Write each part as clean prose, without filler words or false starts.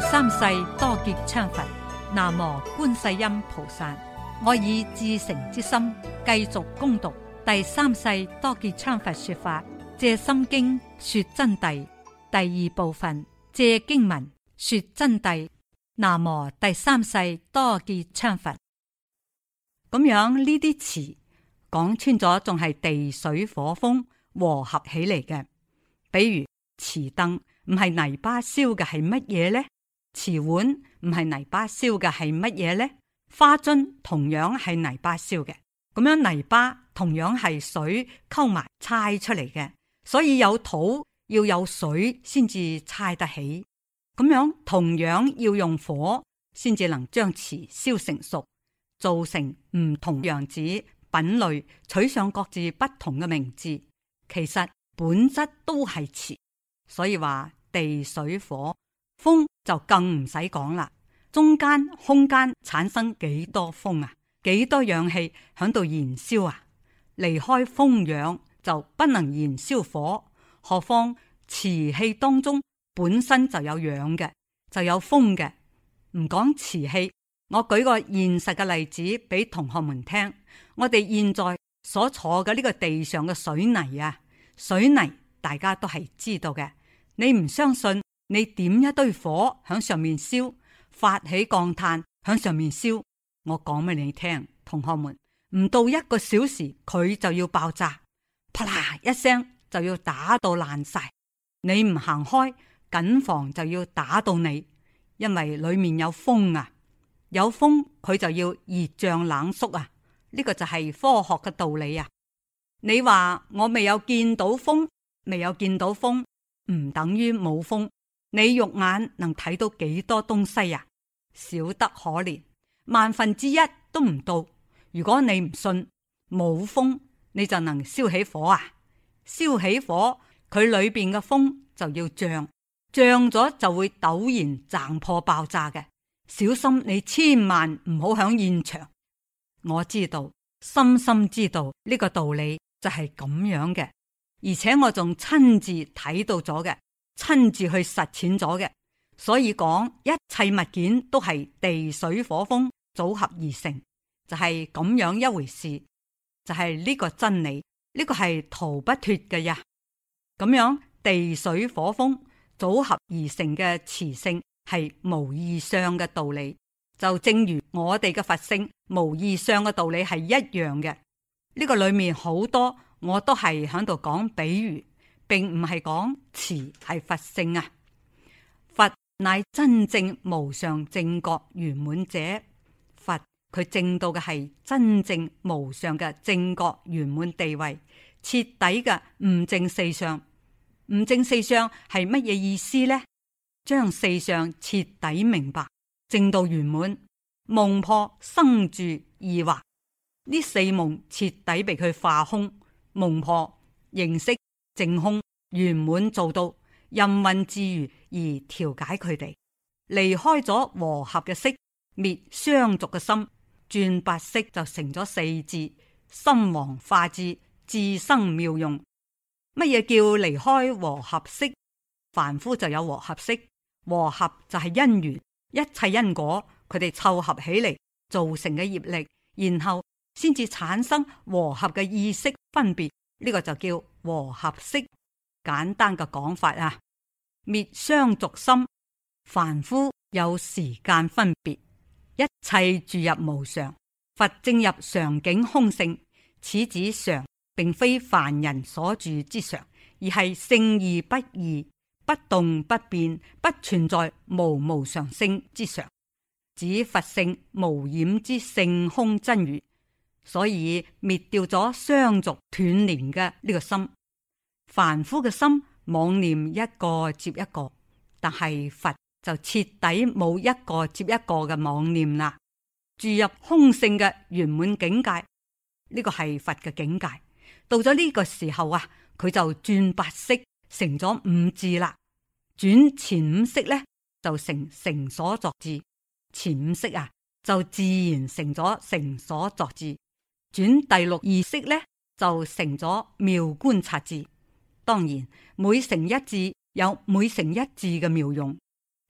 三世多杰羌佛，南無觀世音菩薩。我以至誠之心繼續恭讀第三世多杰羌佛說法，借心經說真諦第二部分，借經文說真諦。南無第三世多杰羌佛。咁樣呢啲詞講穿咗，仲係地水火風和合起嚟嘅。比如瓷燈唔係泥巴燒嘅係乜嘢呢？瓷碗唔係泥巴燒嘅係乜嘢呢？花樽同樣係泥巴燒嘅。咁樣泥巴同樣係水溝埋猜出嚟嘅，所以有土要有水先至猜得起。咁樣同樣要用火先至能將瓷燒成熟，做成唔同樣子品類，取上各自不同嘅名字，其實本質都係瓷。所以話地水火風就更唔使講啦，中間空間產生幾多風啊，幾多氧氣響度燃燒啊，離開風氧就不能燃燒火，何況瓷器當中本身就有氧嘅，就有風嘅。唔講瓷器，我舉個現實嘅例子俾同學們聽。我哋現在所坐嘅呢個地上嘅水泥啊，水泥大家都係知道嘅。你唔相信，你點一堆火響上面燒，發起鋼炭響上面燒，我講俾你聽，同學們，唔到1個小時佢就要爆炸，啪啦一聲就要打到爛晒。你唔行開，謹防就要打到你，因為裏面有風啊，有風佢就要熱脹冷縮啊，呢個就係科學嘅道理啊。你話我未有見到風，未有見到風唔等於冇風，你肉眼能睇到幾多東西啊？少得可憐，1/1000都唔到。如果你唔信，冇風你就能燒起火啊？燒起火，佢裏邊嘅風就要脹，脹咗就會陡然掙破爆炸嘅。小心你千萬唔好響現場。我知道，深深知道呢個道理就係咁樣嘅。而且我仲親自睇到咗嘅，親自去實踐咗嘅，所以講一切物件都係地水火風組合而成，就係咁樣一回事，就係呢個真理，呢個係逃不脫嘅呀。咁樣地水火風組合而成嘅磁性係無異相嘅道理，就正如我哋嘅佛性無異相嘅道理係一樣嘅。呢個裏面好多。我都係喺度講比喻，並唔係講詞係佛性啊。佛乃真正無上正覺圓滿者，佛佢證到嘅係真正無上嘅正覺圓滿地位，徹底嘅悟證四相。悟證四相係乜嘢意思呢？將四相徹底明白，證到圓滿，夢破生住疑惑，呢四夢徹底被佢化空。夢破形色淨空圓滿做到任運自如而調解佢哋，離開咗和合嘅色，滅相續嘅心，轉八識就成咗四智，心王化智，自生妙用。乜嘢叫離開和合色？凡夫就有和合色，和合就係因緣，一切因果佢哋湊合起嚟造成嘅業力，然後先至產生和合嘅意識分別，呢個就叫和合識。簡單嘅講法啊，滅相續心，凡夫有時間分別，一切注入無常，佛正入常境空性。此指常並非凡人所住之常，而係聖義不異、不動不變、不存在無常性之常，指佛性無染之性空真如。所以滅掉咗相續斷連嘅呢個心，凡夫嘅心妄念一個接一個，但係佛就徹底冇一個接一個嘅妄念啦，注入空性嘅圓滿境界，呢個係佛嘅境界。到咗呢個時候啊，佢就轉八識成咗五智啦，轉前五識呢，就成所作智，前五識啊就自然成咗成所作智。轉第六意識呢，就成咗妙觀察智。當然每成一智有每成一智嘅妙用，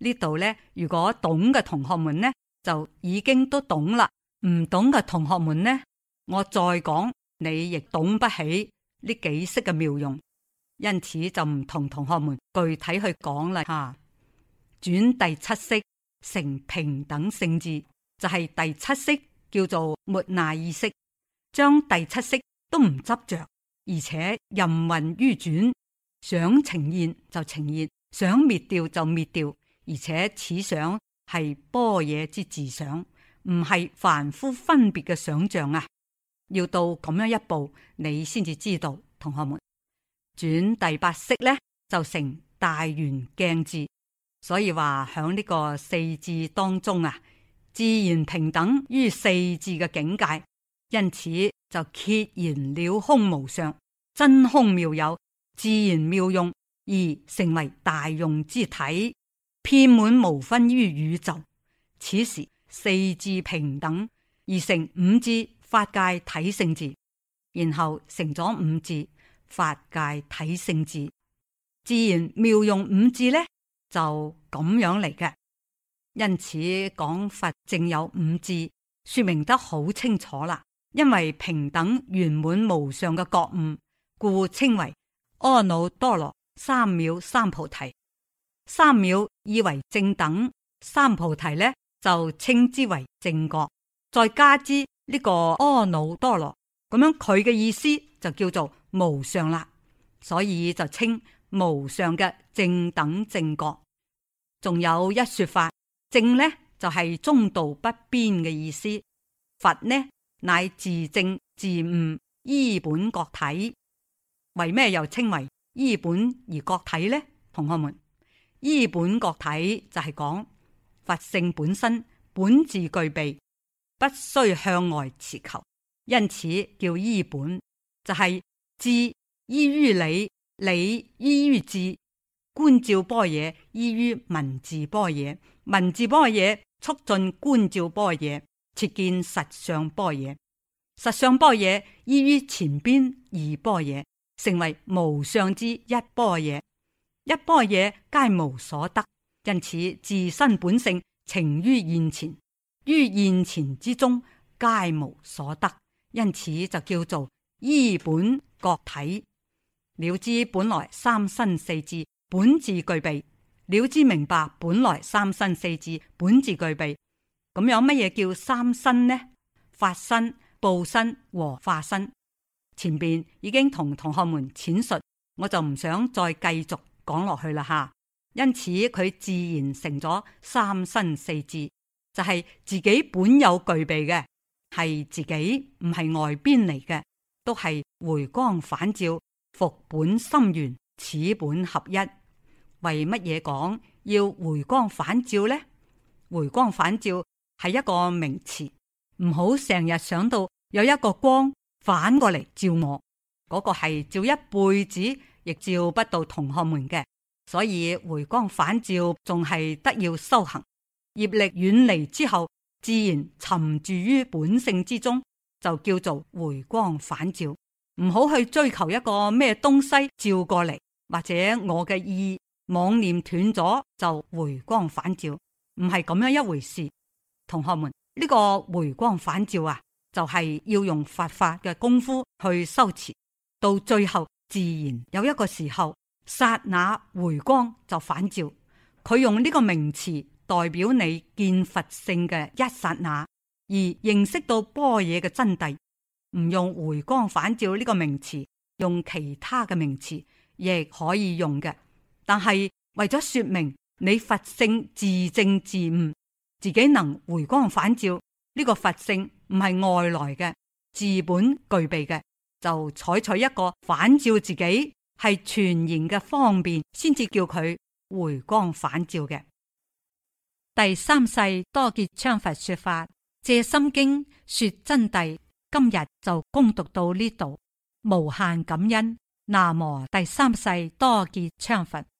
呢度呢，如果懂嘅同學們呢，就已經都懂啦。唔懂嘅同學們呢，我再講，你亦懂不起呢幾式嘅妙用，因此就唔同同學們具體去講啦吓。轉第七式成平等性智，就係第七式叫做末那意識，將第七式都唔執着，而且任運於轉，想呈現就呈現，想滅掉就滅掉，而且此想係般若之自想，唔係凡夫分別嘅想象啊！要到咁樣一步，你先至知道，同學們轉第八識呢，就成大圓鏡智。所以話響呢個四智當中啊，自然平等於四智嘅境界，因此就揭然了空無相，真空妙有，自然妙用，而成為大用之體，遍滿無分於宇宙。此時四智平等而成五智法界體性智，然後成咗五智法界體性智，自然妙用五智呢，就咁樣嚟嘅。因此講佛正有五智，說明得好清楚啦。因為平等圓滿無上嘅覺悟，故稱為阿耨多羅三藐三菩提。三藐意為正等，三菩提呢就稱之為正覺，再加之呢個阿耨多羅，咁樣佢嘅意思就叫做無上啦，所以就稱無上嘅正等正覺。仲有一說法，正呢就係中道不邊嘅意思，佛呢乃自證自悟依本覺體。為咩又稱為依本而覺體呢？同學們，依本覺體就係講佛性本身本自具備，不需向外持求，因此叫依本，就係智依於理，理依於智，觀照般若依於文字般若，文字般若促進觀照般若，切見實相般若，實相般若依於前邊二般若，成為無上之一般若，一般若皆無所得，因此自身本性呈於現前，於現前之中皆無所得，因此就叫做依本覺體。了知本來三身四智本自具備，了知明白本來三身四智本自具備。咁有乜嘢叫三身呢？法身、報身和化身。前邊已經同同學們闡述，我就唔想再繼續講落去啦吓。因此佢自然成咗三身四智，就係自己本有具備嘅，係自己唔係外邊嚟嘅，都係回光返照，復本心源，此本合一。為乜嘢講要回光返照呢？回光返照係一個名詞，唔好成日想到有一個光反過嚟照我，嗰個係照一輩子亦照不到同學們嘅。所以回光返照仲係得要修行，業力遠離之後，自然沉住於本性之中，就叫做回光返照。唔好去追求一個咩東西照過嚟，或者我嘅意妄念斷咗就回光返照，唔係咁樣一回事。同學們，呢個回光返照啊，就係要用佛法嘅功夫去修持，到最後自然有一個時候，剎那回光就返照。佢用呢個名詞代表你見佛性嘅一剎那，而認識到般若嘅真諦。唔用回光返照呢個名詞，用其他嘅名詞亦可以用嘅。但係為咗說明你佛性自證自悟，自己能回光返照，呢個佛性唔係外來嘅，自本具備嘅，就採取一個返照自己係全然嘅方便，先至叫佢回光返照嘅。第三世多杰羌佛說法，藉心經說真諦。今日就恭讀到呢度，無限感恩。南無第三世多杰羌佛。